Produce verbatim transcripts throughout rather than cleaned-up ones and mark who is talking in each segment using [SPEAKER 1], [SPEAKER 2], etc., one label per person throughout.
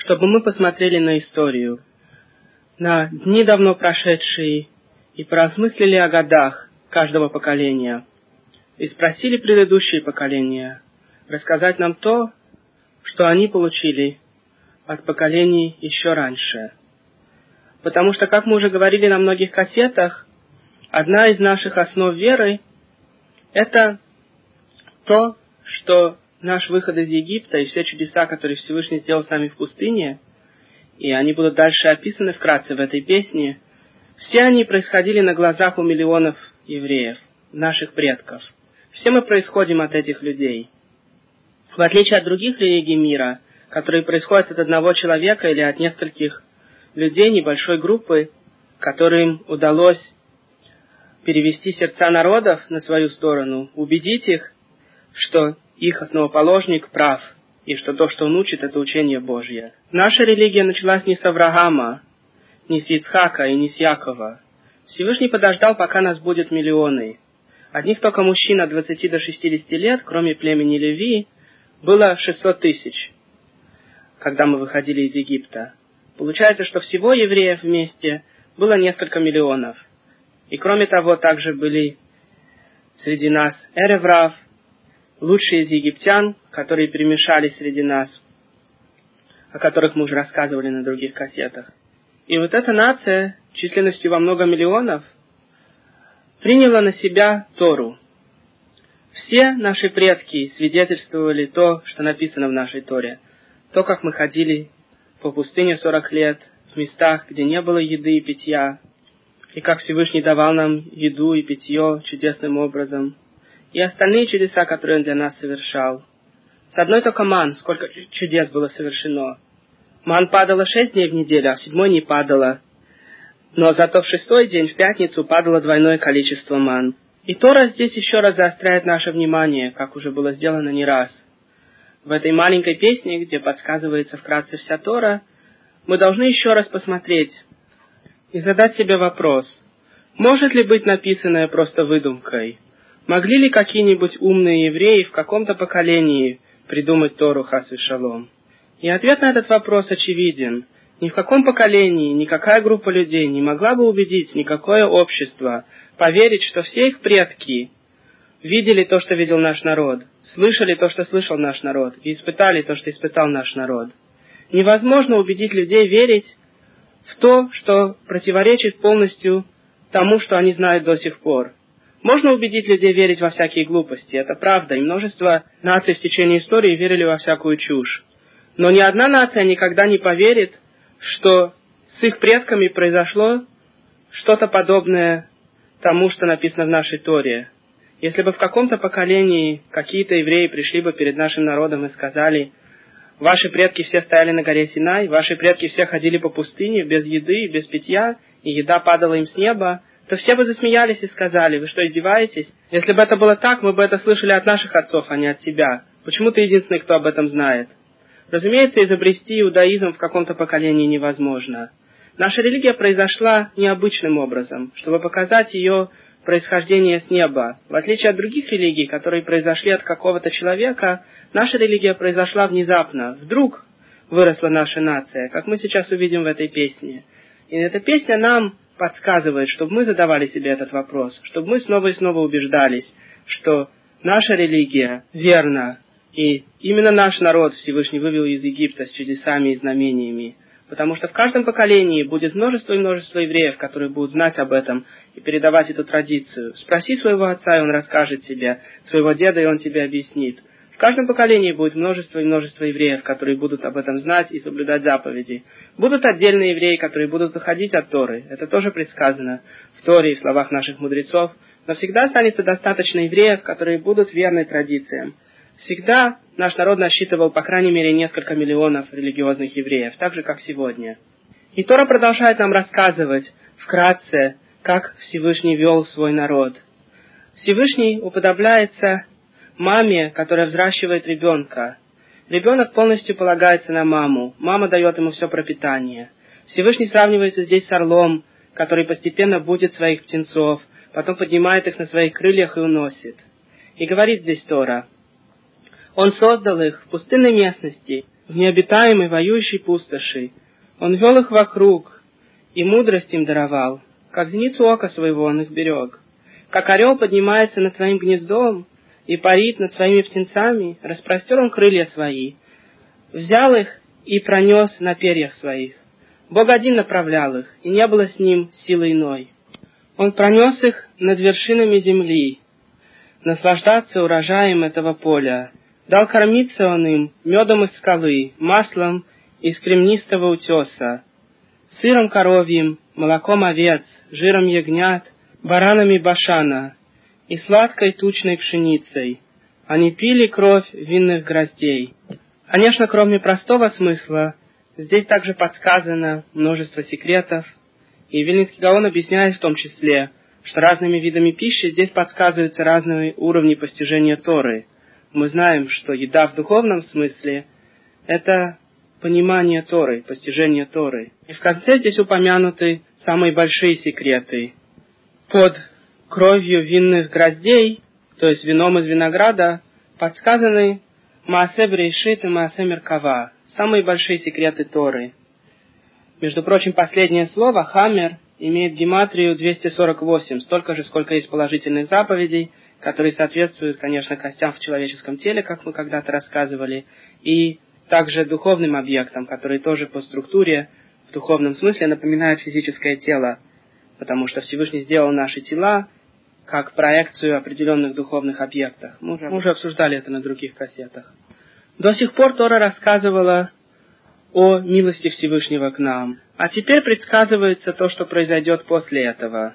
[SPEAKER 1] чтобы мы посмотрели на историю, на дни давно прошедшие, и поразмыслили о годах каждого поколения, и спросили предыдущие поколения рассказать нам то, что они получили от поколений еще раньше. Потому что, как мы уже говорили на многих кассетах, одна из наших основ веры – это то, что наш выход из Египта и все чудеса, которые Всевышний сделал с нами в пустыне, и они будут дальше описаны вкратце в этой песне, все они происходили на глазах у миллионов евреев, наших предков. Все мы происходим от этих людей. В отличие от других религий мира, которые происходят от одного человека или от нескольких людей, небольшой группы, которым удалось перевести сердца народов на свою сторону, убедить их, что их основоположник прав, и что то, что он учит, это учение Божье. Наша религия началась не с Авраама, не с Ицхака и не с Якова. Всевышний подождал, пока нас будет миллионы. Одних только мужчин от двадцати до шестидесяти лет, кроме племени Леви, было шестьсот тысяч, когда мы выходили из Египта. Получается, что всего евреев вместе было несколько миллионов. И кроме того, также были среди нас эрев-рав, лучшие из египтян, которые перемешались среди нас, о которых мы уже рассказывали на других кассетах. И вот эта нация, численностью во много миллионов, приняла на себя Тору. Все наши предки свидетельствовали то, что написано в нашей Торе. То, как мы ходили по пустыне сорок лет, в местах, где не было еды и питья, и как Всевышний давал нам еду и питье чудесным образом, и остальные чудеса, которые Он для нас совершал. С одной только ман, сколько чудес было совершено. Ман падала шесть дней в неделю, а в седьмой не падала. Но зато в шестой день, в пятницу, падало двойное количество ман. И Тора здесь еще раз заостряет наше внимание, как уже было сделано не раз. В этой маленькой песне, где подсказывается вкратце вся Тора, мы должны еще раз посмотреть и задать себе вопрос, может ли быть написанное просто выдумкой? Могли ли какие-нибудь умные евреи в каком-то поколении придумать Тору хас вешалом? И ответ на этот вопрос очевиден. Ни в каком поколении, никакая группа людей не могла бы убедить никакое общество поверить, что все их предки видели то, что видел наш народ, слышали то, что слышал наш народ, и испытали то, что испытал наш народ. Невозможно убедить людей верить в то, что противоречит полностью тому, что они знают до сих пор. Можно убедить людей верить во всякие глупости, это правда, и множество наций в течение истории верили во всякую чушь. Но ни одна нация никогда не поверит, что с их предками произошло что-то подобное тому, что написано в нашей Торе. Если бы в каком-то поколении какие-то евреи пришли бы перед нашим народом и сказали, ваши предки все стояли на горе Синай, ваши предки все ходили по пустыне без еды, без питья, и еда падала им с неба, то все бы засмеялись и сказали, вы что, издеваетесь? Если бы это было так, мы бы это слышали от наших отцов, а не от тебя. Почему ты единственный, кто об этом знает? Разумеется, изобрести иудаизм в каком-то поколении невозможно. Наша религия произошла необычным образом, чтобы показать ее происхождение с неба. В отличие от других религий, которые произошли от какого-то человека, наша религия произошла внезапно. Вдруг выросла наша нация, как мы сейчас увидим в этой песне. И эта песня нам подсказывает, чтобы мы задавали себе этот вопрос, чтобы мы снова и снова убеждались, что наша религия верна, и именно наш народ Всевышний вывел из Египта с чудесами и знамениями. Потому что в каждом поколении будет множество и множество евреев, которые будут знать об этом и передавать эту традицию. Спроси своего отца, и он расскажет тебе, своего деда, и он тебе объяснит. В каждом поколении будет множество и множество евреев, которые будут об этом знать и соблюдать заповеди. Будут отдельные евреи, которые будут уходить от Торы. Это тоже предсказано в Торе и в словах наших мудрецов. Но всегда останется достаточно евреев, которые будут верны традициям. Всегда наш народ насчитывал, по крайней мере, несколько миллионов религиозных евреев, так же, как сегодня. И Тора продолжает нам рассказывать вкратце, как Всевышний вел свой народ. Всевышний уподобляется маме, которая взращивает ребенка. Ребенок полностью полагается на маму. Мама дает ему все пропитание. Всевышний сравнивается здесь с орлом, который постепенно будит своих птенцов, потом поднимает их на своих крыльях и уносит. И говорит здесь Тора: Он создал их в пустынной местности, в необитаемой воюющей пустоши. Он вел их вокруг, и мудрость им даровал. Как зеницу ока своего он их берег. Как орел поднимается над своим гнездом и парит над своими птенцами, распростер он крылья свои, взял их и пронес на перьях своих. Бог один направлял их, и не было с ним силы иной. Он пронес их над вершинами земли, наслаждаться урожаем этого поля. Дал кормиться он им медом из скалы, маслом из кремнистого утеса, сыром коровьим, молоком овец, жиром ягнят, баранами башана и сладкой тучной пшеницей. Они пили кровь винных гроздей. Конечно, кроме простого смысла, здесь также подсказано множество секретов, и Вильнинский Гаон объясняет в том числе, что разными видами пищи здесь подсказываются разные уровни постижения Торы. Мы знаем, что еда в духовном смысле – это понимание Торы, постижение Торы. И в конце здесь упомянуты самые большие секреты. Под кровью винных гроздей, то есть вином из винограда, подсказаны Маасе Бреишит и Маасе Меркава, самые большие секреты Торы. Между прочим, последнее слово, хамер, имеет гематрию двести сорок восемь, столько же, сколько есть положительных заповедей, которые соответствуют, конечно, костям в человеческом теле, как мы когда-то рассказывали, и также духовным объектам, которые тоже по структуре, в духовном смысле, напоминают физическое тело, потому что Всевышний сделал наши тела как проекцию определенных духовных объектов. Мы уже, мы уже обсуждали это на других кассетах. До сих пор Тора рассказывала о милости Всевышнего к нам, а теперь предсказывается то, что произойдет после этого.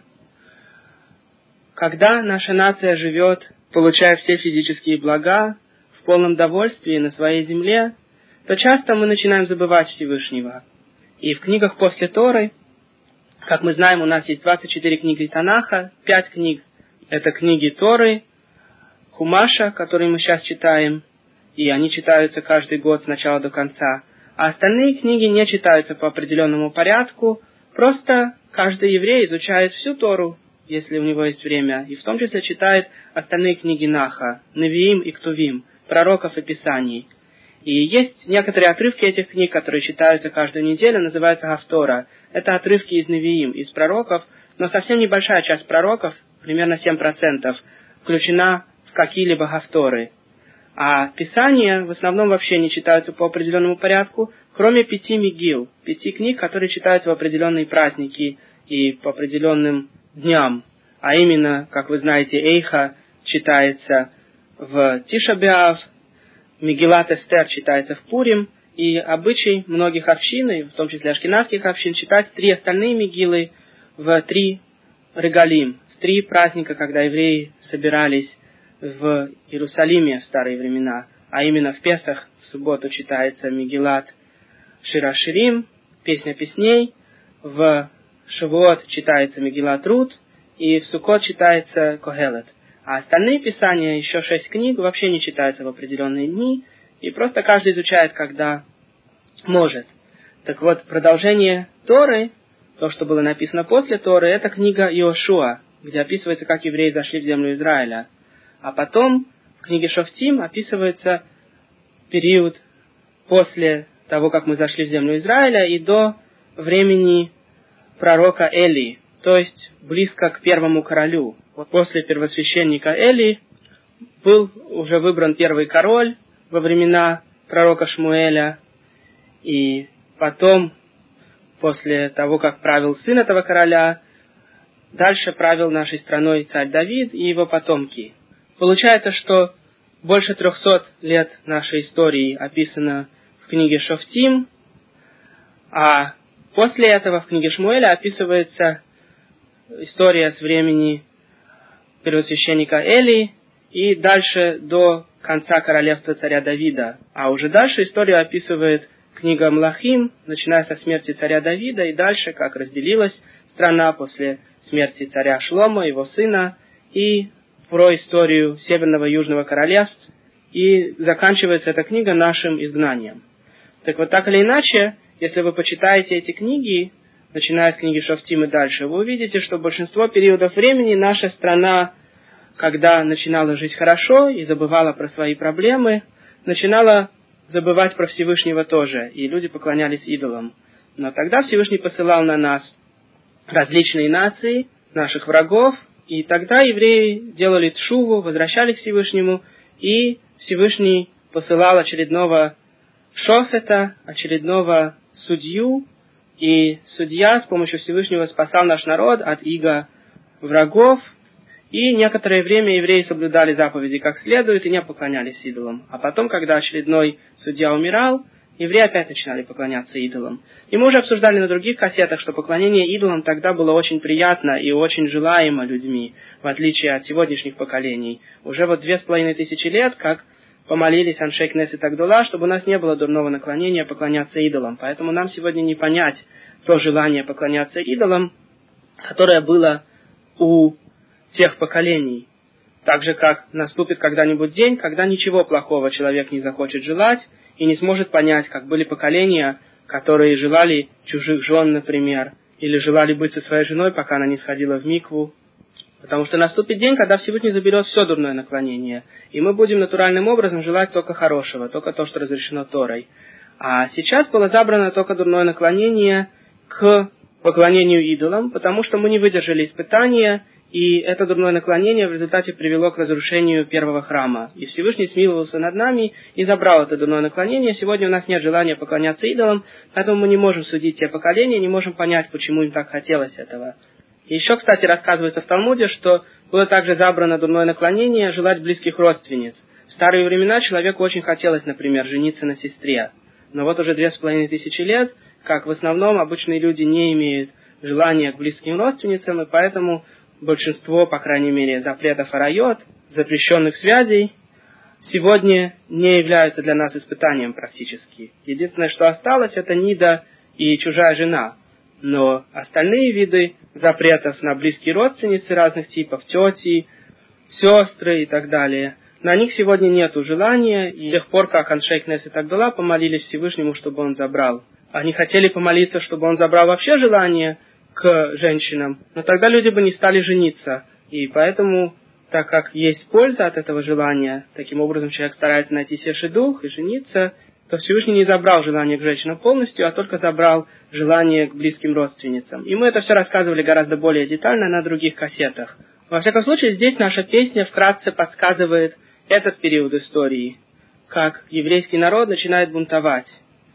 [SPEAKER 1] Когда наша нация живет, получая все физические блага, в полном довольстве на своей земле, то часто мы начинаем забывать Всевышнего. И в книгах после Торы, как мы знаем, у нас есть двадцать четыре книги Танаха, пять книг – это книги Торы, Хумаша, которые мы сейчас читаем, и они читаются каждый год с начала до конца, а остальные книги не читаются по определенному порядку, просто каждый еврей изучает всю Тору, если у него есть время, и в том числе читает остальные книги Наха, Невиим и Ктувим, пророков и писаний. И есть некоторые отрывки этих книг, которые читаются каждую неделю, называются Гафтора. Это отрывки из Невиим, из пророков, но совсем небольшая часть пророков, примерно семь процентов, включена в какие-либо Гафторы. А писания в основном вообще не читаются по определенному порядку, кроме пяти мегил, пяти книг, которые читаются в определенные праздники и по определенным дням. А именно, как вы знаете, Эйха читается в Тиша б'Ав, Мегилат Эстер читается в Пурим, и обычай многих общин, и в том числе ашкеназских общин, читать три остальные мегилы в три регалим, в три праздника, когда евреи собирались в Иерусалиме в старые времена, а именно в Песах в субботу читается Мегилат Шира Ширим, Песня песней, в Шавуот читается Мегилат Рут, и в Суккот читается Когелет. А остальные писания, еще шесть книг, вообще не читаются в определенные дни, и просто каждый изучает, когда может. Так вот, продолжение Торы, то, что было написано после Торы, это книга Иошуа, где описывается, как евреи зашли в землю Израиля. А потом в книге Шофтим описывается период после того, как мы зашли в землю Израиля, и до времени пророка Эли, то есть близко к первому королю. После первосвященника Эли был уже выбран первый король во времена пророка Шмуэля, и потом, после того, как правил сын этого короля, дальше правил нашей страной царь Давид и его потомки. Получается, что больше трехсот лет нашей истории описано в книге Шофтим, а после этого в книге Шмуэля описывается история с времени первосвященника Эли и дальше до конца королевства царя Давида. А уже дальше историю описывает книга Млахим, начиная со смерти царя Давида и дальше, как разделилась страна после смерти царя Шломо, его сына, и про историю Северного и Южного королевств, и заканчивается эта книга нашим изгнанием. Так вот, так или иначе, если вы почитаете эти книги, начиная с книги Шофтим и дальше, вы увидите, что большинство периодов времени наша страна, когда начинала жить хорошо и забывала про свои проблемы, начинала забывать про Всевышнего тоже, и люди поклонялись идолам. Но тогда Всевышний посылал на нас различные нации, наших врагов, и тогда евреи делали тшуву, возвращались к Всевышнему, и Всевышний посылал очередного шофета, очередного судью, и судья с помощью Всевышнего спасал наш народ от иго врагов, и некоторое время евреи соблюдали заповеди как следует и не поклонялись идолам. А потом, когда очередной судья умирал, евреи опять начинали поклоняться идолам. И мы уже обсуждали на других кассетах, что поклонение идолам тогда было очень приятно и очень желаемо людьми, в отличие от сегодняшних поколений. Уже вот две с половиной тысячи лет, как помолились Аншей Кнессет Агдула, чтобы у нас не было дурного наклонения поклоняться идолам. Поэтому нам сегодня не понять то желание поклоняться идолам, которое было у тех поколений. Так же, как наступит когда-нибудь день, когда ничего плохого человек не захочет желать и не сможет понять, как были поколения, которые желали чужих жен, например, или желали быть со своей женой, пока она не сходила в микву. Потому что наступит день, когда Всевышний заберет все дурное наклонение, и мы будем натуральным образом желать только хорошего, только то, что разрешено Торой. А сейчас было забрано только дурное наклонение к поклонению идолам, потому что мы не выдержали испытания, и это дурное наклонение в результате привело к разрушению первого храма. И Всевышний смиловался над нами и забрал это дурное наклонение. Сегодня у нас нет желания поклоняться идолам, поэтому мы не можем судить те поколения, не можем понять, почему им так хотелось этого. И еще, кстати, рассказывается в Талмуде, что было также забрано дурное наклонение желать близких родственниц. В старые времена человеку очень хотелось, например, жениться на сестре. Но вот уже две с половиной тысячи лет, как в основном обычные люди не имеют желания к близким родственницам, и поэтому большинство, по крайней мере, запретов арайот, запрещенных связей, сегодня не являются для нас испытанием практически. Единственное, что осталось, это нида и чужая жена. Но остальные виды запретов на близкие родственницы разных типов, тети, сестры и так далее, на них сегодня нет желания, и с тех пор, как Аншей Кнессет Агдула помолились Всевышнему, чтобы он забрал. Они хотели помолиться, чтобы он забрал вообще желание к женщинам, но тогда люди бы не стали жениться. И поэтому, так как есть польза от этого желания, таким образом человек старается найти сеший дух и жениться, то Всевышний не забрал желание к женщинам полностью, а только забрал желание к близким родственницам. И мы это все рассказывали гораздо более детально на других кассетах. Во всяком случае, здесь наша песня вкратце подсказывает этот период истории, как еврейский народ начинает бунтовать.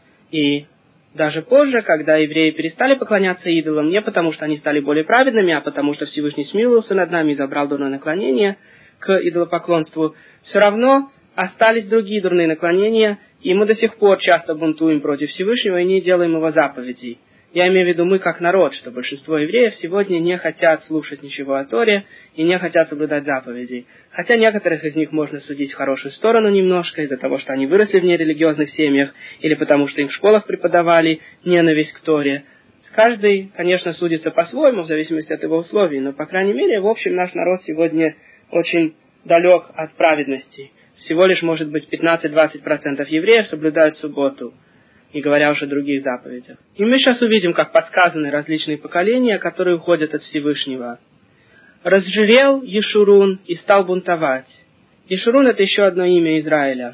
[SPEAKER 1] И даже позже, когда евреи перестали поклоняться идолам, не потому что они стали более праведными, а потому что Всевышний смиловался над нами и забрал дурное наклонение к идолопоклонству, все равно остались другие дурные наклонения, и мы до сих пор часто бунтуем против Всевышнего и не делаем его заповедей. Я имею в виду мы как народ, что большинство евреев сегодня не хотят слушать ничего о Торе и не хотят соблюдать заповедей. Хотя некоторых из них можно судить в хорошую сторону немножко, из-за того, что они выросли в нерелигиозных семьях, или потому что им в школах преподавали ненависть к Торе. Каждый, конечно, судится по-своему, в зависимости от его условий, но, по крайней мере, в общем, наш народ сегодня очень далек от праведности. Всего лишь, может быть, пятнадцать-двадцать процентов евреев соблюдают субботу, не говоря уж о других заповедях. И мы сейчас увидим, как подсказаны различные поколения, которые уходят от Всевышнего. «Разжирел Ешурун и стал бунтовать». Ешурун — это еще одно имя Израиля.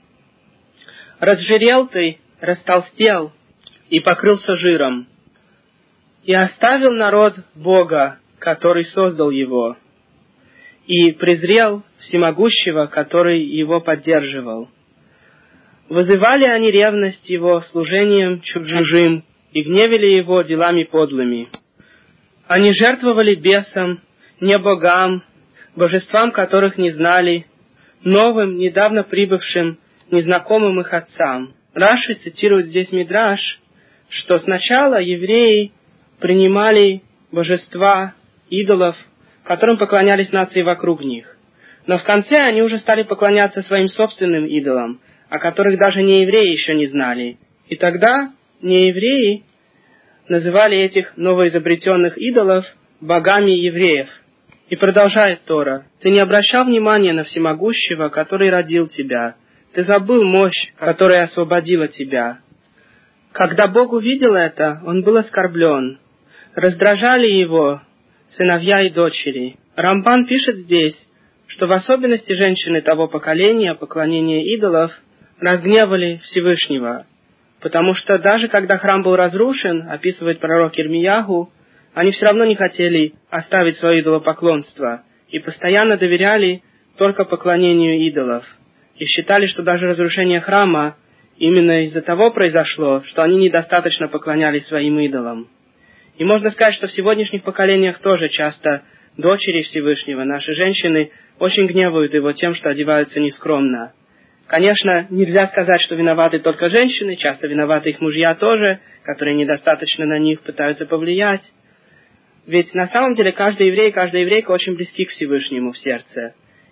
[SPEAKER 1] «Разжирел ты, растолстел и покрылся жиром, и оставил народ Бога, который создал его, и презрел Всемогущего, который его поддерживал. Вызывали они ревность его служением чужим и гневили его делами подлыми. Они жертвовали бесам, не богам, божествам, которых не знали, новым, недавно прибывшим, незнакомым их отцам». Раши цитирует здесь Мидраш, что сначала евреи принимали божества, идолов, которым поклонялись нации вокруг них. Но в конце они уже стали поклоняться своим собственным идолам, о которых даже неевреи еще не знали. И тогда неевреи называли этих новоизобретенных идолов богами евреев. И продолжает Тора: «Ты не обращал внимания на Всемогущего, который родил тебя. Ты забыл мощь, которая освободила тебя». Когда Бог увидел это, он был оскорблен. Раздражали его сыновья и дочери. Рамбан пишет здесь, что в особенности женщины того поколения поклонение идолов разгневали Всевышнего, потому что даже когда храм был разрушен, описывает пророк Ирмияху, они все равно не хотели оставить свое идолопоклонство и постоянно доверяли только поклонению идолов. И считали, что даже разрушение храма именно из-за того произошло, что они недостаточно поклонялись своим идолам. И можно сказать, что в сегодняшних поколениях тоже часто дочери Всевышнего, наши женщины, очень гневают его тем, что одеваются нескромно. Конечно, нельзя сказать, что виноваты только женщины, часто виноваты их мужья тоже, которые недостаточно на них пытаются повлиять. Ведь на самом деле каждый еврей, каждая еврейка очень близки к Всевышнему в сердце.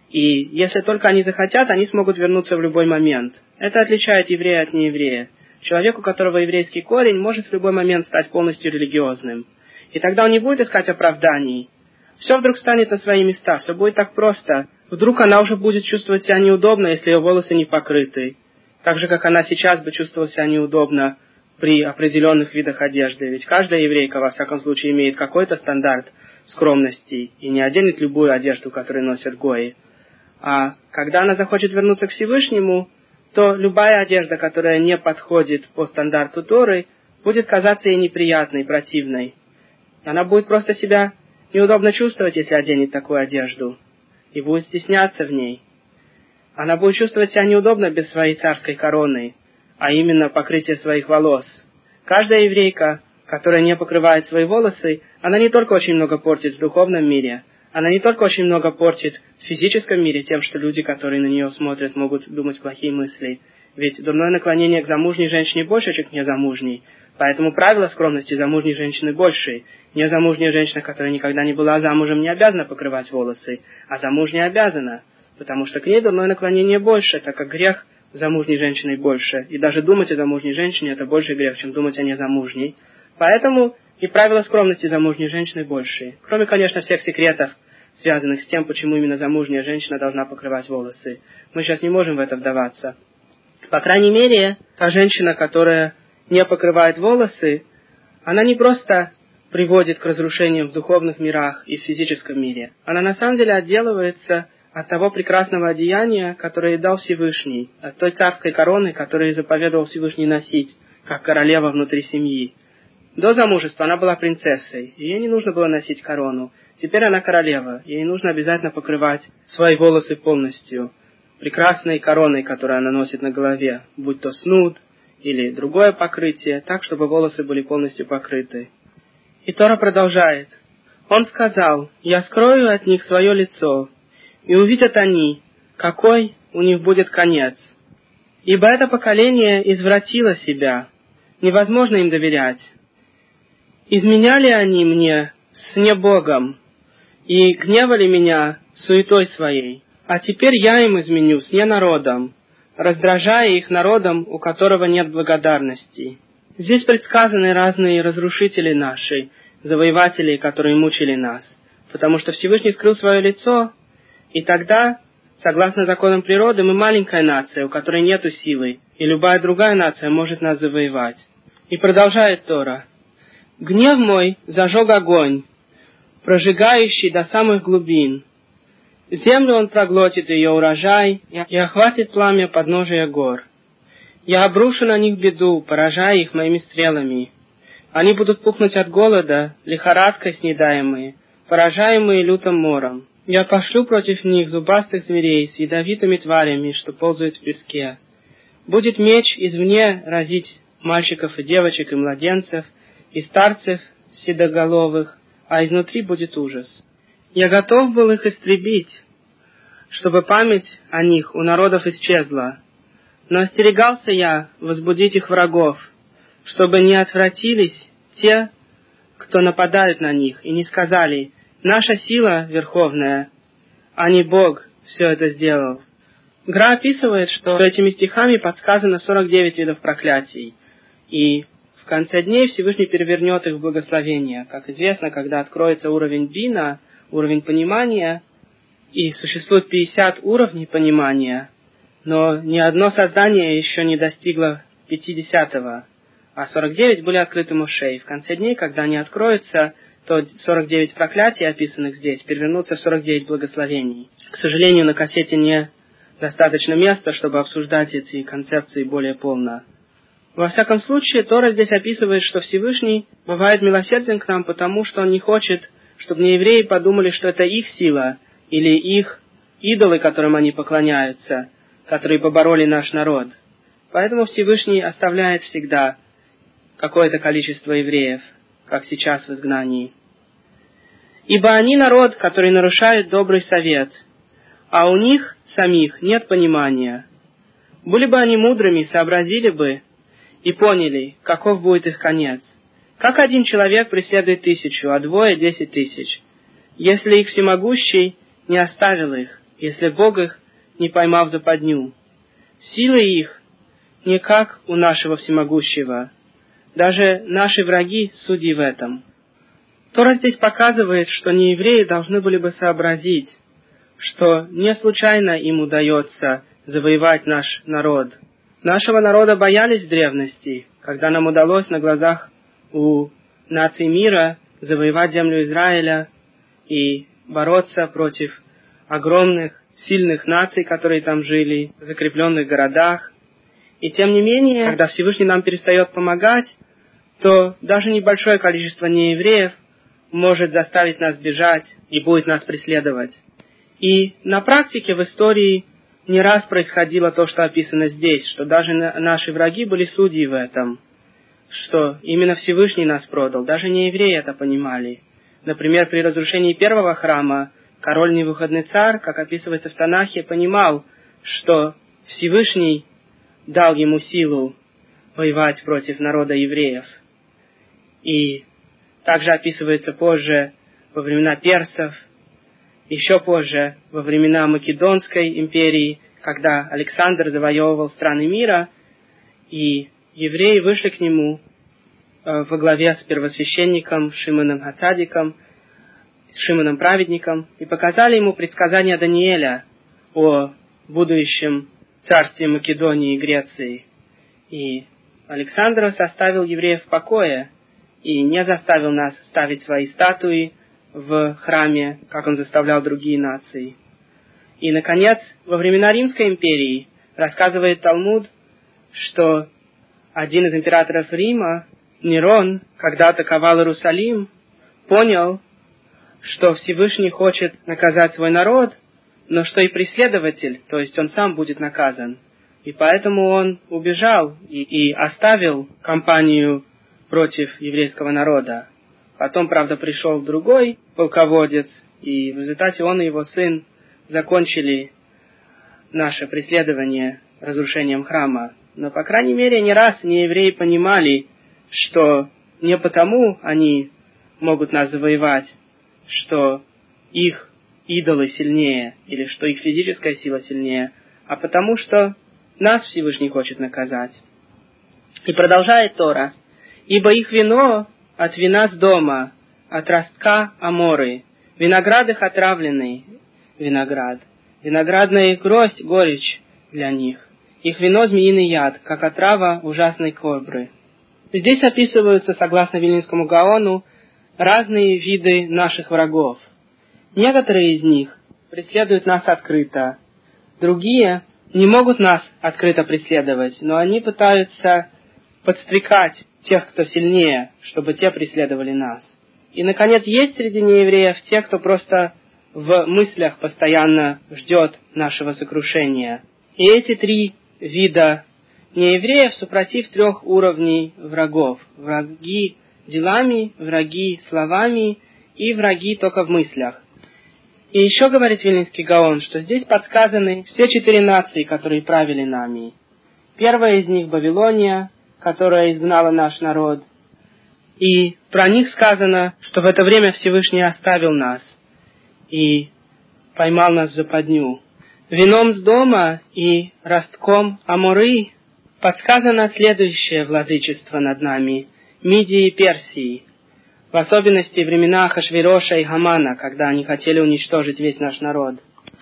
[SPEAKER 1] И если только они захотят, они смогут вернуться в любой момент. Это отличает еврея от нееврея. Человек, у которого еврейский корень, может в любой момент стать полностью религиозным. И тогда он не будет искать оправданий. Все вдруг станет на свои места, все будет так просто. Вдруг она уже будет чувствовать себя неудобно, если ее волосы не покрыты. Так же, как она сейчас бы чувствовала себя неудобно при определенных видах одежды. Ведь каждая еврейка, во всяком случае, имеет какой-то стандарт скромности и не оденет любую одежду, которую носят гои. А когда она захочет вернуться к Всевышнему, то любая одежда, которая не подходит по стандарту Торы, будет казаться ей неприятной, противной. Она будет просто себя неудобно чувствовать, если оденет такую одежду, и будет стесняться в ней. Она будет чувствовать себя неудобно без своей царской короны, а именно покрытие своих волос. Каждая еврейка, которая не покрывает свои волосы, она не только очень много портит в духовном мире, она не только очень много портит в физическом мире тем, что люди, которые на нее смотрят, могут думать плохие мысли. Ведь дурное наклонение к замужней женщине больше, чем к незамужней. Поэтому правила скромности замужней женщины больше. Незамужняя женщина, которая никогда не была замужем, не обязана покрывать волосы, а замужняя обязана, потому что к ней дурное наклонение больше, так как грех замужней женщины больше. И даже думать о замужней женщине – это больше грех, чем думать о незамужней. Поэтому и правила скромности замужней женщины больше. Кроме, конечно, всех секретов, связанных с тем, почему именно замужняя женщина должна покрывать волосы. Мы сейчас не можем в это вдаваться. По крайней мере, та женщина, которая не покрывает волосы, она не просто приводит к разрушениям в духовных мирах и в физическом мире. Она на самом деле отделывается от того прекрасного одеяния, которое дал Всевышний, от той царской короны, которую заповедовал Всевышний носить, как королева внутри семьи. До замужества она была принцессой, и ей не нужно было носить корону. Теперь она королева, ей нужно обязательно покрывать свои волосы полностью прекрасной короной, которую она носит на голове, будь то снуд или другое покрытие, так, чтобы волосы были полностью покрыты. И Тора продолжает. Он сказал: «Я скрою от них свое лицо, и увидят они, какой у них будет конец. Ибо это поколение извратило себя, невозможно им доверять. Изменяли они мне с небогом и гневали меня суетой своей. А теперь я им изменю с ненародом, раздражая их народом, у которого нет благодарности». Здесь предсказаны разные разрушители наши, завоеватели, которые мучили нас, потому что Всевышний скрыл свое лицо, и тогда, согласно законам природы, мы маленькая нация, у которой нету силы, и любая другая нация может нас завоевать. И продолжает Тора. «Гнев мой зажег огонь, прожигающий до самых глубин. Землю он проглотит ее урожай и охватит пламя подножия гор. Я обрушу на них беду, поражая их моими стрелами. Они будут пухнуть от голода, лихорадкой снедаемые, поражаемые лютым мором. Я пошлю против них зубастых зверей с ядовитыми тварями, что ползают в песке. Будет меч извне разить мальчиков и девочек и младенцев, и старцев седоголовых, а изнутри будет ужас. Я готов был их истребить, чтобы память о них у народов исчезла. Но остерегался я возбудить их врагов, чтобы не отвратились те, кто нападают на них, и не сказали: наша сила верховная, а не Бог все это сделал». Гра описывает, что этими стихами подсказано сорок девять видов проклятий, и в конце дней Всевышний перевернет их в благословение. Как известно, когда откроется уровень бина, уровень понимания, и существует пятьдесят уровней понимания, но ни одно создание еще не достигло пятидесятого, а сорок девять были открыты Моше. И в конце дней, когда они откроются, то сорок девять проклятий, описанных здесь, перевернутся в сорок девять благословений. К сожалению, на кассете не достаточно места, чтобы обсуждать эти концепции более полно. Во всяком случае, Тора здесь описывает, что Всевышний бывает милосерден к нам, потому что Он не хочет, чтобы неевреи подумали, что это их сила или их идолы, которым они поклоняются, которые побороли наш народ. Поэтому Всевышний оставляет всегда какое-то количество евреев, как сейчас в изгнании. Ибо они народ, который нарушает добрый совет, а у них самих нет понимания. Были бы они мудрыми, сообразили бы и поняли, каков будет их конец. Как один человек преследует тысячу, а двое — десять тысяч, если их всемогущий не оставил их, если Бог их не поймал в западню. Силы их не как у нашего всемогущего. Даже наши враги судьи в этом. Тора здесь показывает, что неевреи должны были бы сообразить, что не случайно им удается завоевать наш народ. Нашего народа боялись в древности, когда нам удалось на глазах у наций мира завоевать землю Израиля и бороться против огромных, сильных наций, которые там жили, в закрепленных городах. И тем не менее, когда Всевышний нам перестает помогать, то даже небольшое количество неевреев может заставить нас бежать и будет нас преследовать. И на практике в истории не раз происходило то, что описано здесь, что даже наши враги были судьи в этом, что именно Всевышний нас продал. Даже неевреи это понимали. Например, при разрушении первого храма король Навуходоносор, как описывается в Танахе, понимал, что Всевышний дал ему силу воевать против народа евреев. И также описывается позже во времена персов, еще позже во времена Македонской империи, когда Александр завоевывал страны мира, и евреи вышли к нему э, во главе с первосвященником Шимоном Хацадиком, Шимоном Праведником, и показали ему предсказания Даниэля о будущем царстве Македонии и Греции. И Александр составил евреев в покое и не заставил нас ставить свои статуи в храме, как он заставлял другие нации. И, наконец, во времена Римской империи рассказывает Талмуд, что один из императоров Рима, Нерон, когда атаковал Иерусалим, понял, что Всевышний хочет наказать свой народ, но что и преследователь, то есть он сам будет наказан. И поэтому он убежал и, и оставил кампанию против еврейского народа. Потом, правда, пришел другой полководец, и в результате он и его сын закончили наше преследование разрушением храма. Но, по крайней мере, не раз неевреи понимали, что не потому они могут нас завоевать, что их идолы сильнее, или что их физическая сила сильнее, а потому что нас Всевышний хочет наказать. И продолжает Тора: «Ибо их вино от вина с дома, от ростка аморы, виноград их отравленный виноград, виноградная гроздь горечь для них, их вино змеиный яд, как отрава ужасной кобры». Здесь описываются, согласно Вильнюсскому Гаону, разные виды наших врагов. Некоторые из них преследуют нас открыто, другие не могут нас открыто преследовать, но они пытаются подстрекать тех, кто сильнее, чтобы те преследовали нас. И, наконец, есть среди неевреев те, кто просто в мыслях постоянно ждет нашего сокрушения. И эти три вида неевреев супротив трех уровней врагов. Враги делами, враги словами и враги только в мыслях. И еще говорит Вильнюсский Гаон, что здесь подсказаны все четыре нации, которые правили нами. Первая из них — Вавилония, которая изгнала наш народ. И про них сказано, что в это время Всевышний оставил нас и поймал нас в западню. Вином с дома и ростком Аморы подсказано следующее владычество над нами — Мидии и Персии, в особенности времена Ахашвироша и Хамана, когда они хотели уничтожить весь наш народ.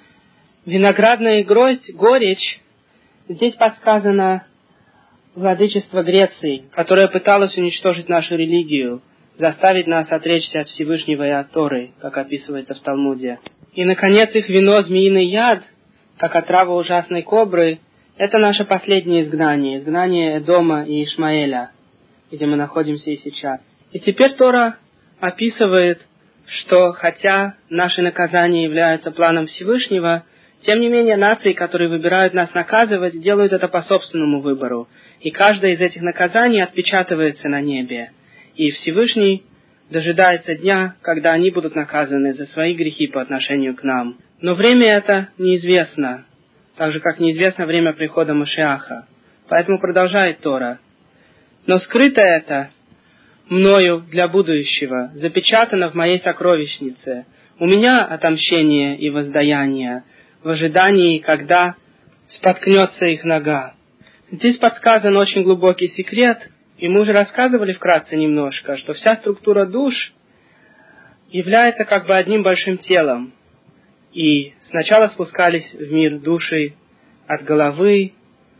[SPEAKER 1] Виноградная гроздь, горечь, здесь подсказано владычество Греции, которое пыталось уничтожить нашу религию, заставить нас отречься от Всевышнего и от Торы, как описывается в Талмуде. И, наконец, их вино змеиный яд как отрава ужасной кобры, это наше последнее изгнание, изгнание Эдома и Ишмаэля, где мы находимся и сейчас. И теперь Тора описывает, что хотя наши наказания являются планом Всевышнего, тем не менее нации, которые выбирают нас наказывать, делают это по собственному выбору. И каждое из этих наказаний отпечатывается на небе. И Всевышний дожидается дня, когда они будут наказаны за свои грехи по отношению к нам. Но время это неизвестно, так же, как неизвестно время прихода Машиаха. Поэтому продолжает Тора. Но скрыто это мною для будущего, запечатано в моей сокровищнице. У меня отомщение и воздаяние в ожидании, когда споткнется их нога. Здесь подсказан очень глубокий секрет, и мы уже рассказывали вкратце немножко, что вся структура душ является как бы одним большим телом. И сначала спускались в мир души от головы,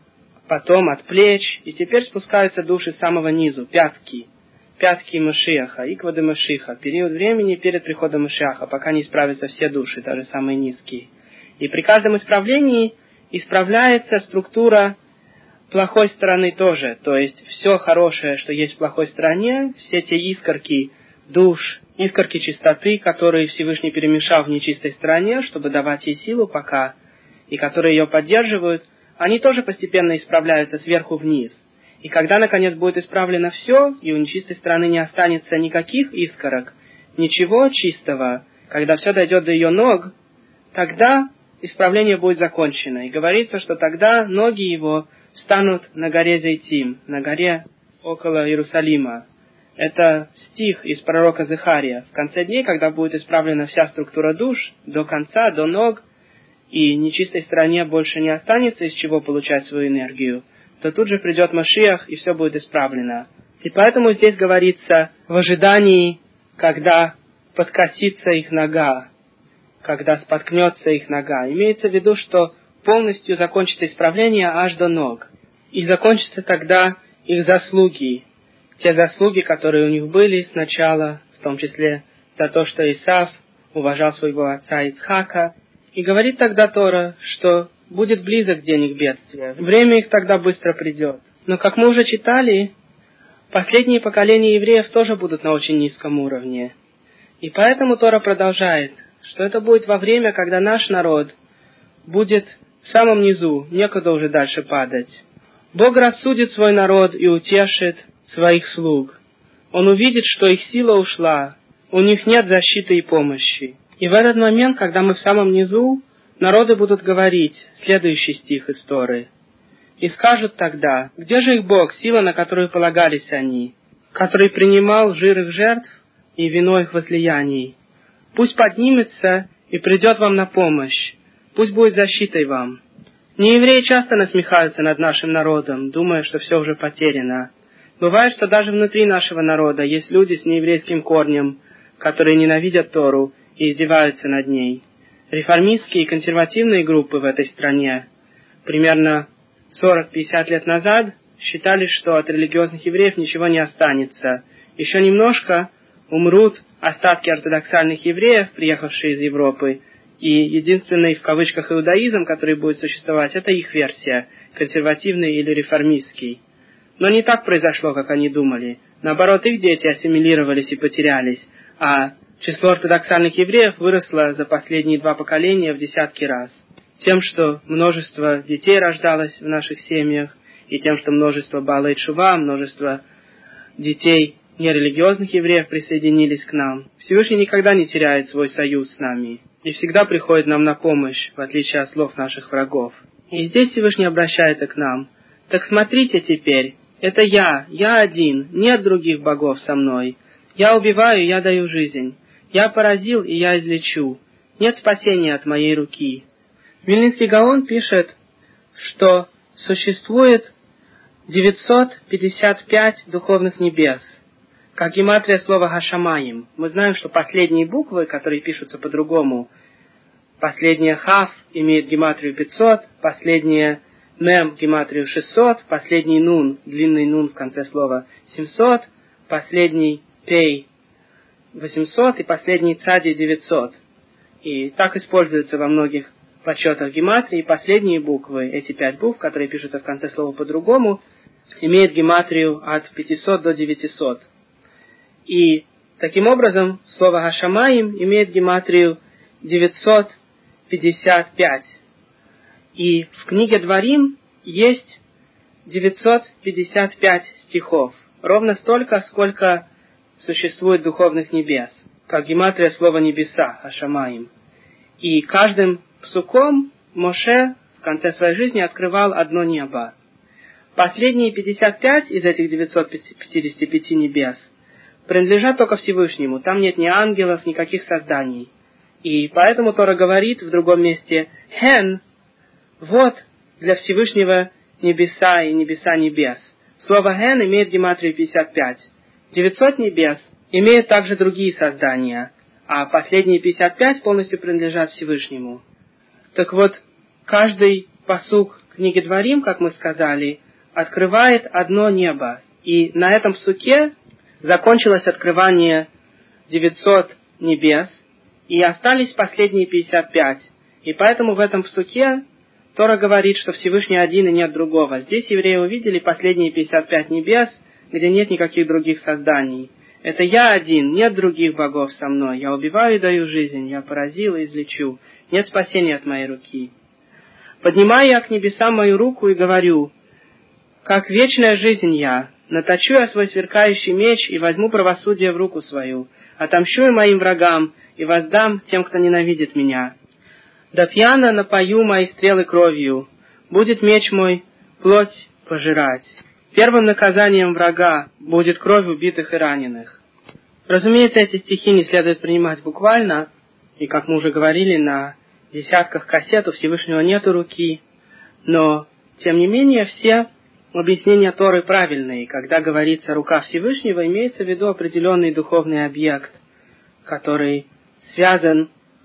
[SPEAKER 1] потом от плеч, и теперь спускаются души с самого низу, пятки, пятки Машиаха, иквады Машиха, период времени перед приходом Машиаха, пока не исправятся все души, даже самые низкие. И при каждом исправлении исправляется структура плохой стороны тоже, то есть все хорошее, что есть в плохой стороне, все те искорки душ, искорки чистоты, которые Всевышний перемешал в нечистой стороне, чтобы давать ей силу пока, и которые ее поддерживают, они тоже постепенно исправляются сверху вниз. И когда, наконец, будет исправлено все, и у нечистой стороны не останется никаких искорок, ничего чистого, когда все дойдет до ее ног, тогда исправление будет закончено. И говорится, что тогда ноги его встанут на горе Зейтим, на горе около Иерусалима. Это стих из пророка Захария. В конце дней, когда будет исправлена вся структура душ, до конца, до ног, и нечистой стороне больше не останется из чего получать свою энергию, то тут же придет Машиах, и все будет исправлено. И поэтому здесь говорится в ожидании, когда подкосится их нога, когда споткнется их нога. Имеется в виду, что полностью закончится исправление аж до ног. И закончатся тогда их заслуги, те заслуги, которые у них были сначала, в том числе за то, что Исав уважал своего отца Ицхака. И говорит тогда Тора, что будет близок день их бедствия. Время их тогда быстро придет. Но, как мы уже читали, последние поколения евреев тоже будут на очень низком уровне. И поэтому Тора продолжает, что это будет во время, когда наш народ будет в самом низу, некуда уже дальше падать. Бог рассудит свой народ и утешит своих слуг. Он увидит, что их сила ушла, у них нет защиты и помощи. И в этот момент, когда мы в самом низу, народы будут говорить, следующий стих из Торы, и скажут тогда, где же их Бог, сила, на которую полагались они, который принимал жир их жертв и вино их возлияний? Пусть поднимется и придет вам на помощь, пусть будет защитой вам. Неевреи часто насмехаются над нашим народом, думая, что все уже потеряно. Бывает, что даже внутри нашего народа есть люди с нееврейским корнем, которые ненавидят Тору и издеваются над ней. Реформистские и консервативные группы в этой стране примерно сорок-пятьдесят лет назад считали, что от религиозных евреев ничего не останется. Еще немножко умрут остатки ортодоксальных евреев, приехавшие из Европы, и единственный, в кавычках, иудаизм, который будет существовать, это их версия, консервативный или реформистский. Но не так произошло, как они думали. Наоборот, их дети ассимилировались и потерялись, а число ортодоксальных евреев выросло за последние два поколения в десятки раз. Тем, что множество детей рождалось в наших семьях, и тем, что множество Баалей Тшува, множество детей нерелигиозных евреев присоединились к нам. Всевышний никогда не теряет свой союз с нами, и всегда приходит нам на помощь, в отличие от слов наших врагов. И здесь Всевышний обращается к нам. Так смотрите теперь, это я, я один, нет других богов со мной. Я убиваю, я даю жизнь. Я поразил, и я излечу. Нет спасения от моей руки. Вильнинский Гаон пишет, что существует девятьсот пятьдесят пять духовных небес, как гематрия слова «хашамаим». Мы знаем, что последние буквы, которые пишутся по-другому, последняя «хав» имеет гематрию пятьсот, последняя «мем» гематрию шестьсот, последний «нун», длинный «нун» в конце слова семьсот, последний «пей» восемьсот и последний «цади» девятьсот. И так используется во многих подсчетах гематрии последние буквы, эти пять букв, которые пишутся в конце слова по-другому, имеют гематрию от пятисот до девятисот. И таким образом слово «Гашамаим» имеет гематрию девятьсот пятьдесят пять. И в книге Дворим есть девятьсот пятьдесят пять стихов. Ровно столько, сколько существует духовных небес, как гематрия слова «небеса», «Ашамаим». И каждым псуком Моше в конце своей жизни открывал одно небо. Последние пятьдесят пять из этих девятисот пятидесяти пяти небес принадлежат только Всевышнему. Там нет ни ангелов, никаких созданий. И поэтому Тора говорит в другом месте «Хен» — вот для Всевышнего небеса и небеса небес. Слово «хен» имеет гематрию пятьдесят пять. девятьсот небес имеют также другие создания, а последние пятьдесят пять полностью принадлежат Всевышнему. Так вот, каждый пасук книги Дворим, как мы сказали, открывает одно небо. И на этом псуке закончилось открывание девятисот небес, и остались последние пятьдесят пять. И поэтому в этом псуке Тора говорит, что Всевышний один и нет другого. Здесь евреи увидели последние пятьдесят пять небес, где нет никаких других созданий. Это я один, нет других богов со мной. Я убиваю и даю жизнь, я поразил и излечу. Нет спасения от моей руки. Поднимаю я к небесам мою руку и говорю: как вечная жизнь я, наточу я свой сверкающий меч и возьму правосудие в руку свою, отомщу и моим врагам и воздам тем, кто ненавидит меня. Да пьяно напою мои стрелы кровью, будет меч мой плоть пожирать. Первым наказанием врага будет кровь убитых и раненых. Разумеется, эти стихи не следует принимать буквально, и, как мы уже говорили, на десятках кассет у Всевышнего нету руки, но, тем не менее, все объяснения Торы правильные. Когда говорится «рука Всевышнего», имеется в виду определенный духовный объект, который связан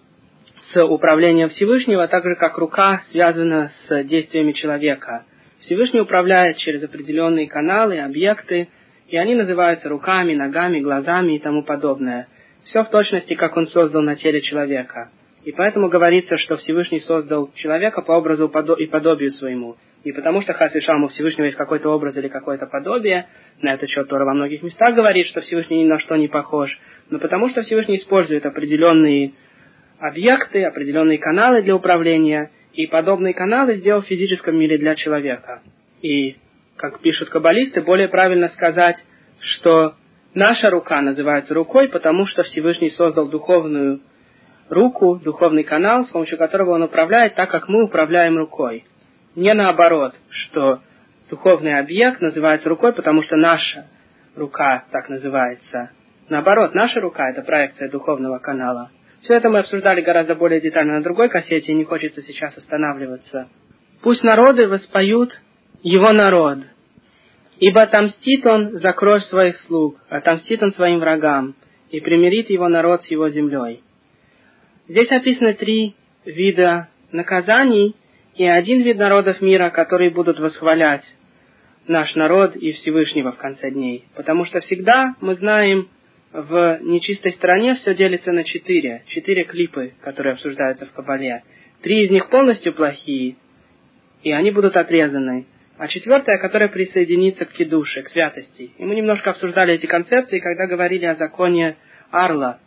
[SPEAKER 1] с управлением Всевышнего, так же, как рука связана с действиями человека. Всевышний управляет через определенные каналы, объекты, и они называются руками, ногами, глазами и тому подобное. Все в точности, как он создал на теле человека. И поэтому говорится, что Всевышний создал человека по образу и подобию своему. Не потому что хас вишам у Всевышнего есть какой-то образ или какое-то подобие, на этот счет Тора во многих местах говорит, что Всевышний ни на что не похож, но потому что Всевышний использует определенные объекты, определенные каналы для управления, и подобные каналы сделал в физическом мире для человека. И, как пишут каббалисты, более правильно сказать, что наша рука называется рукой, потому что Всевышний создал духовную руку, духовный канал, с помощью которого он управляет так, как мы управляем рукой. Не наоборот, что духовный объект называется рукой, потому что наша рука так называется. Наоборот, наша рука — это проекция духовного канала. Все это мы обсуждали гораздо более детально на другой кассете, и не хочется сейчас останавливаться. Пусть народы воспоют его народ, ибо отомстит он за кровь своих слуг, отомстит он своим врагам, и примирит его народ с его землей. Здесь описаны три вида наказаний и один вид народов мира, которые будут восхвалять наш народ и Всевышнего в конце дней. Потому что всегда, мы знаем, в нечистой стороне все делится на четыре. Четыре клипы, которые обсуждаются в Кабале. Три из них полностью плохие, и они будут отрезаны. А четвертая, которая присоединится к кидуше, к святости. И мы немножко обсуждали эти концепции, когда говорили о законе Арла.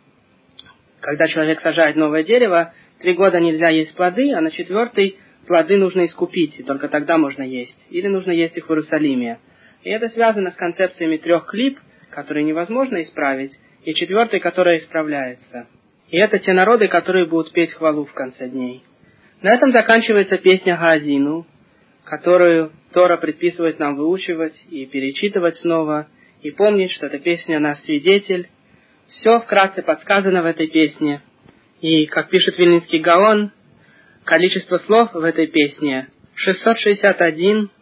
[SPEAKER 1] Когда человек сажает новое дерево, три года нельзя есть плоды, а на четвертый плоды нужно искупить, и только тогда можно есть. Или нужно есть их в Иерусалиме. И это связано с концепциями трех клип, которые невозможно исправить, и четвертой, которая исправляется. И это те народы, которые будут петь хвалу в конце дней. На этом заканчивается песня Хаазину, которую Тора предписывает нам выучивать и перечитывать снова, и помнить, что эта песня наш свидетель. Все вкратце подсказано в этой песне. И, как пишет Вильнинский Гаон, количество слов в этой песне шестьсот шестьдесят один,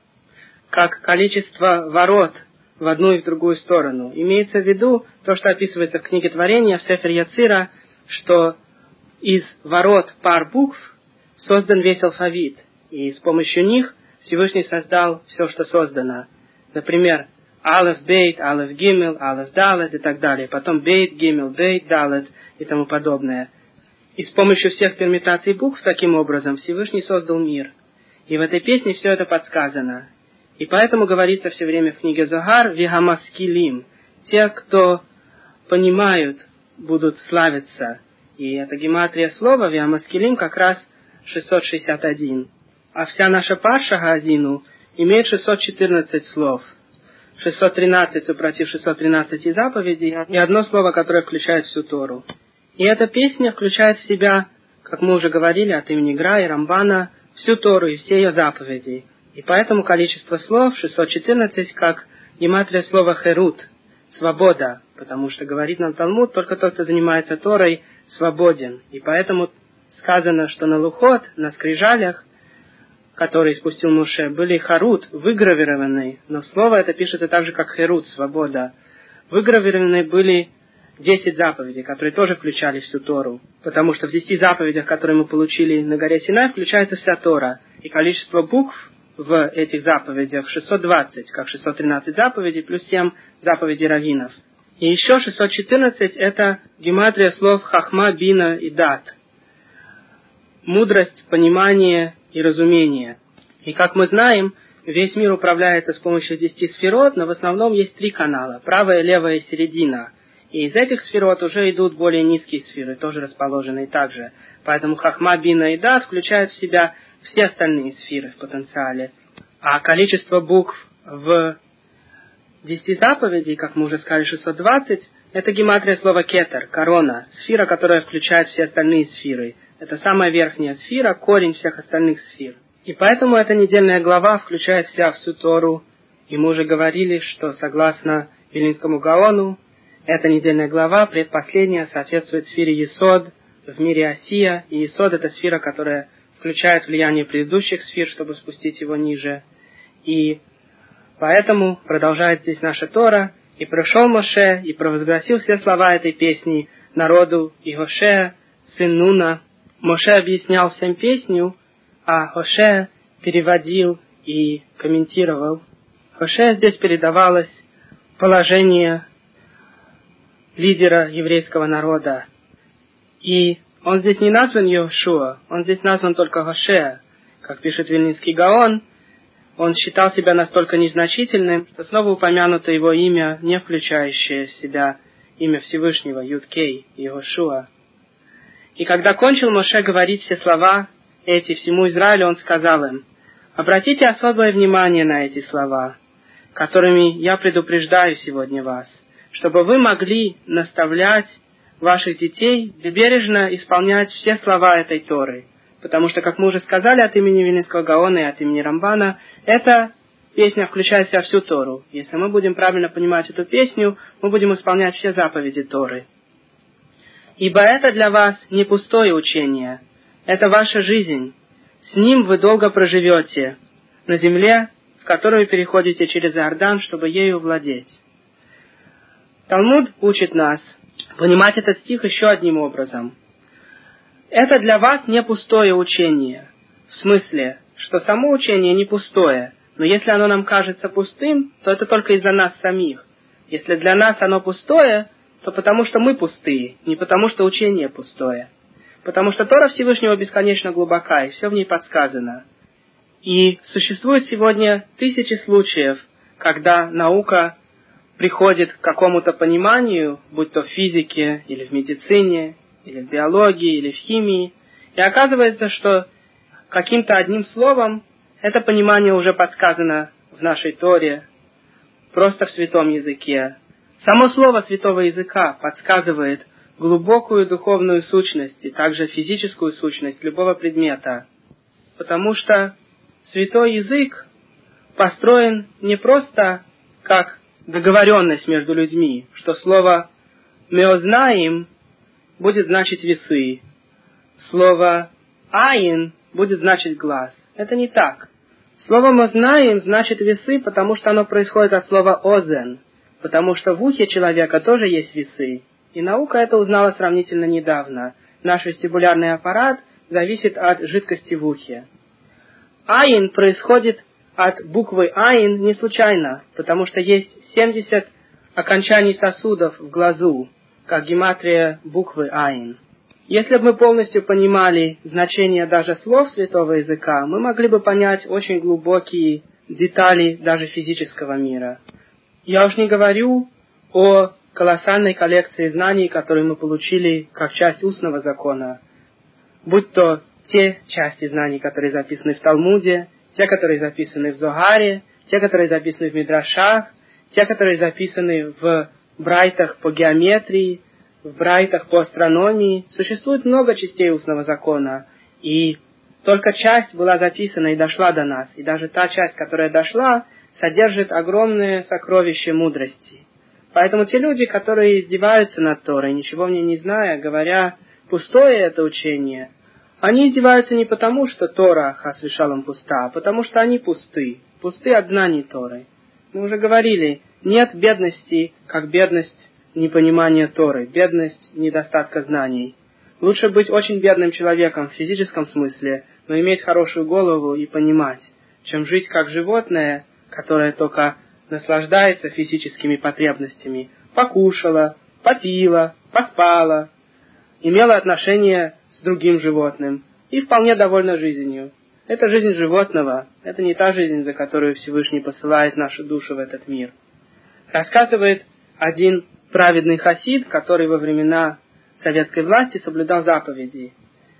[SPEAKER 1] как количество ворот в одну и в другую сторону. Имеется в виду то, что описывается в книге Творения, в Сефер Яцира, что из ворот пар букв создан весь алфавит, и с помощью них Всевышний создал все, что создано. Например, Алеф Бейт, Алеф Гимел, Алеф Далет и так далее. Потом Бейт Гимел, Бейт Далет и тому подобное. И с помощью всех пермутаций букв таким образом Всевышний создал мир. И в этой песне все это подсказано. И поэтому говорится все время в книге Зоар «Вихамаскилим». Те, кто понимают, будут славиться. И эта гематрия слова «Вихамаскилим» как раз шестьсот шестьдесят один. А вся наша парша Гаазину имеет шестьсот четырнадцать слов. шестьсот тринадцать супротив шестьсот тринадцати заповедей и одно слово, которое включает всю Тору. И эта песня включает в себя, как мы уже говорили, от имени Гра и Рамбана, всю Тору и все ее заповеди. И поэтому количество слов шестьсот четырнадцать как гематрия слова «херут» — «свобода», потому что, говорит нам Талмуд, только тот, кто занимается Торой, свободен. И поэтому сказано, что на лухот, на скрижалях, которые спустил Моше, были харут, выгравированные, но слово это пишется так же, как херут, свобода. Выгравированы были десять заповедей, которые тоже включали всю Тору, потому что в десяти заповедях, которые мы получили на горе Синай, включается вся Тора, и количество букв в этих заповедях шестьсот двадцать, как шестьсот тринадцать заповедей, плюс семь заповедей раввинов. И еще шестьсот четырнадцать это гематрия слов хахма, бина и дат. Мудрость, понимание и разумение. И как мы знаем, весь мир управляется с помощью десяти сферот, но в основном есть три канала: правая, левая и середина. И из этих сферот уже идут более низкие сферы, тоже расположенные так же. Поэтому хахма, бина и дат включают в себя все остальные сферы в потенциале. А количество букв в десяти заповедей, как мы уже сказали, шестьсот двадцать, это гематрия слова кетер, корона, сфера, которая включает все остальные сферы. Это самая верхняя сфера, корень всех остальных сфер. И поэтому эта недельная глава включает в себя всю Тору. И мы уже говорили, что согласно Вилинскому Гаону, эта недельная глава, предпоследняя, соответствует сфере Есод в мире Осия. И Есод — это сфера, которая включает влияние предыдущих сфер, чтобы спустить его ниже. И поэтому продолжает здесь наша Тора. «И пришел Моше, и провозгласил все слова этой песни народу, и Хоше, сын Нуна». Моше объяснял всем песню, а Хоше переводил и комментировал. Хоше здесь передавалось положение лидера еврейского народа. И он здесь не назван Йошуа, он здесь назван только Хоше. Как пишет Вильнинский Гаон, он считал себя настолько незначительным, что снова упомянуто его имя, не включающее в себя имя Всевышнего, Юд-Кей, Йошуа. И когда кончил Моше говорить все слова эти всему Израилю, он сказал им: «Обратите особое внимание на эти слова, которыми я предупреждаю сегодня вас, чтобы вы могли наставлять ваших детей бережно исполнять все слова этой Торы». Потому что, как мы уже сказали от имени Вилинского Гаона и от имени Рамбана, эта песня включает в себя всю Тору. Если мы будем правильно понимать эту песню, мы будем исполнять все заповеди Торы. «Ибо это для вас не пустое учение, это ваша жизнь. С ним вы долго проживете на земле, в которую переходите через Иордан, чтобы ею владеть». Талмуд учит нас понимать этот стих еще одним образом. Это для вас не пустое учение, в смысле, что само учение не пустое, но если оно нам кажется пустым, то это только из-за нас самих. Если для нас оно пустое, то потому что мы пустые, не потому что учение пустое. Потому что Тора Всевышнего бесконечно глубока, и все в ней подсказано. И существует сегодня тысячи случаев, когда наука приходит к какому-то пониманию, будь то в физике, или в медицине, или в биологии, или в химии, и оказывается, что каким-то одним словом это понимание уже подсказано в нашей Торе, просто в святом языке. Само слово святого языка подсказывает глубокую духовную сущность и также физическую сущность любого предмета, потому что святой язык построен не просто как договоренность между людьми, что слово «меознаим» будет значить весы, слово «аин» будет значить глаз. Это не так. Слово «мознаим» значит весы, потому что оно происходит от слова «озен», потому что в ухе человека тоже есть весы. И наука это узнала сравнительно недавно. Наш вестибулярный аппарат зависит от жидкости в ухе. «Аин» происходит от буквы «айн» не случайно, потому что есть семьдесят окончаний сосудов в глазу, как гематрия буквы «айн». Если бы мы полностью понимали значение даже слов святого языка, мы могли бы понять очень глубокие детали даже физического мира. Я уж не говорю о колоссальной коллекции знаний, которые мы получили как часть устного закона, будь то те части знаний, которые записаны в Талмуде, те, которые записаны в Зогаре, те, которые записаны в Мидрашах, те, которые записаны в брайтах по геометрии, в брайтах по астрономии. Существует много частей устного закона, и только часть была записана и дошла до нас. И даже та часть, которая дошла, содержит огромное сокровище мудрости. Поэтому те люди, которые издеваются над Торой, ничего в ней не зная, говоря, пустое это учение, они издеваются не потому, что Тора, хас вешалом, пуста, а потому что они пусты, пусты от знаний Торы. Мы уже говорили, нет бедности, как бедность непонимания Торы, бедность недостатка знаний. Лучше быть очень бедным человеком в физическом смысле, но иметь хорошую голову и понимать, чем жить как животное, которое только наслаждается физическими потребностями, покушала, попила, поспала, имела отношение с другим животным и вполне довольна жизнью. Это жизнь животного, это не та жизнь, за которую Всевышний посылает нашу душу в этот мир. Рассказывает один праведный хасид, который во времена советской власти соблюдал заповеди,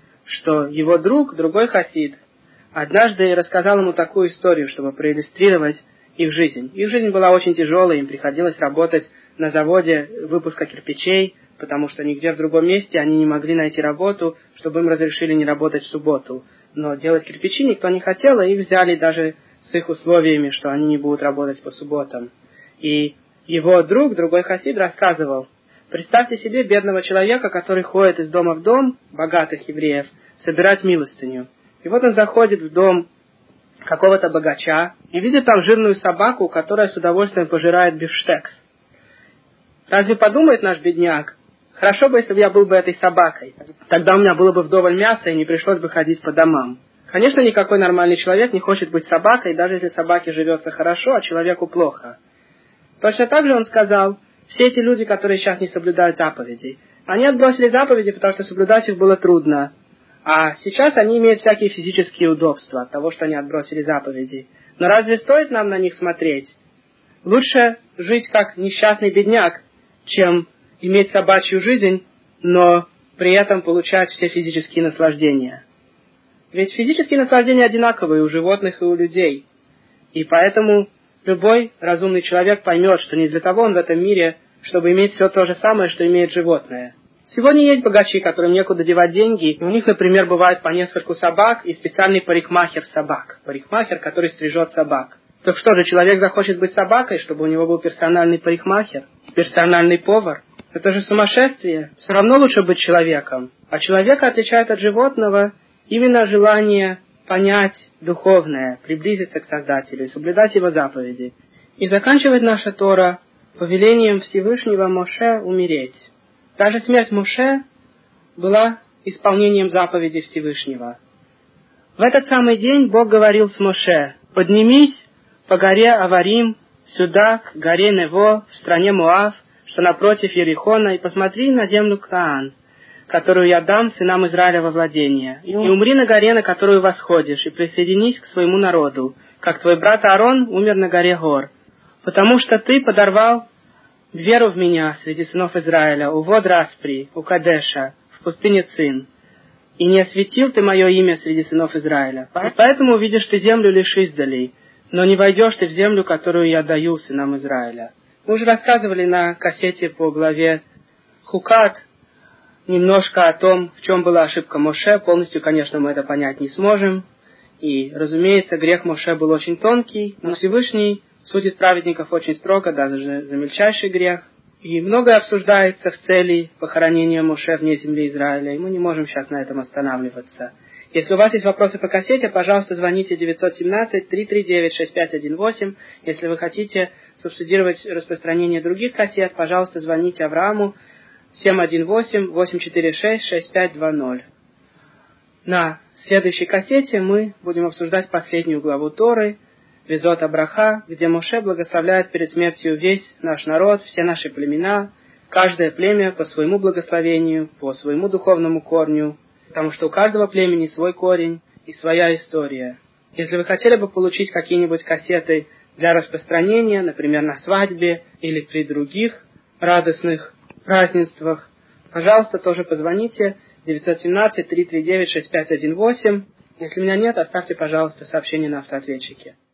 [SPEAKER 1] что его друг, другой хасид, однажды рассказал ему такую историю, чтобы проиллюстрировать их жизнь. Их жизнь была очень тяжелой, им приходилось работать на заводе выпуска кирпичей, потому что нигде в другом месте они не могли найти работу, чтобы им разрешили не работать в субботу. Но делать кирпичи никто не хотел, и их взяли даже с их условиями, что они не будут работать по субботам. И его друг, другой хасид, рассказывал: представьте себе бедного человека, который ходит из дома в дом, богатых евреев, собирать милостыню. И вот он заходит в дом какого-то богача и видит там жирную собаку, которая с удовольствием пожирает бифштекс. Разве подумает наш бедняк: хорошо бы, если бы я был бы этой собакой, тогда у меня было бы вдоволь мяса и не пришлось бы ходить по домам. Конечно, никакой нормальный человек не хочет быть собакой, даже если собаке живется хорошо, а человеку плохо. Точно так же он сказал: все эти люди, которые сейчас не соблюдают заповеди, они отбросили заповеди, потому что соблюдать их было трудно. А сейчас они имеют всякие физические удобства от того, что они отбросили заповеди. Но разве стоит нам на них смотреть? Лучше жить как несчастный бедняк, чем иметь собачью жизнь, но при этом получать все физические наслаждения. Ведь физические наслаждения одинаковые у животных и у людей. И поэтому любой разумный человек поймет, что не для того он в этом мире, чтобы иметь все то же самое, что имеет животное. Сегодня есть богачи, которым некуда девать деньги, и у них, например, бывает по нескольку собак и специальный парикмахер собак. Парикмахер, который стрижет собак. Так что же, человек захочет быть собакой, чтобы у него был персональный парикмахер, персональный повар? Это же сумасшествие. Все равно лучше быть человеком. А человека отличает от животного именно желание понять духовное, приблизиться к Создателю и соблюдать его заповеди. И заканчивает наша Тора повелением Всевышнего Моше умереть. Даже смерть Моше была исполнением заповеди Всевышнего. В этот самый день Бог говорил с Моше: «Поднимись по горе Аварим, сюда, к горе Нево, в стране Моав, что напротив Ерихона, и посмотри на землю Кнаан, которую я дам сынам Израиля во владение, и умри на горе, на которую восходишь, и присоединись к своему народу, как твой брат Аарон умер на горе Гор, потому что ты подорвал веру в меня среди сынов Израиля, у вод Распри, у Кадеша, в пустыне Цин, и не осветил ты мое имя среди сынов Израиля. Поэтому увидишь ты землю лишь издали, но не войдешь ты в землю, которую я даю сынам Израиля». Мы уже рассказывали на кассете по главе Хукат немножко о том, в чем была ошибка Моше. Полностью, конечно, мы это понять не сможем. И, разумеется, грех Моше был очень тонкий, но Всевышний судит праведников очень строго, даже за мельчайший грех. И многое обсуждается в цели похоронения Моше вне земли Израиля, и мы не можем сейчас на этом останавливаться. Если у вас есть вопросы по кассете, пожалуйста, звоните девятьсот семнадцать триста тридцать девять шесть пять один восемь. Если вы хотите субсидировать распространение других кассет, пожалуйста, звоните Аврааму семь один восемь восемь четыре шесть шесть пять два ноль. На следующей кассете мы будем обсуждать последнюю главу Торы, Везот Абраха, где Моше благословляет перед смертью весь наш народ, все наши племена, каждое племя по своему благословению, по своему духовному корню, потому что у каждого племени свой корень и своя история. Если вы хотели бы получить какие-нибудь кассеты для распространения, например, на свадьбе или при других радостных празднествах, пожалуйста, тоже позвоните девять один семь три три девять шесть пять один восемь. Если меня нет, оставьте, пожалуйста, сообщение на автоответчике.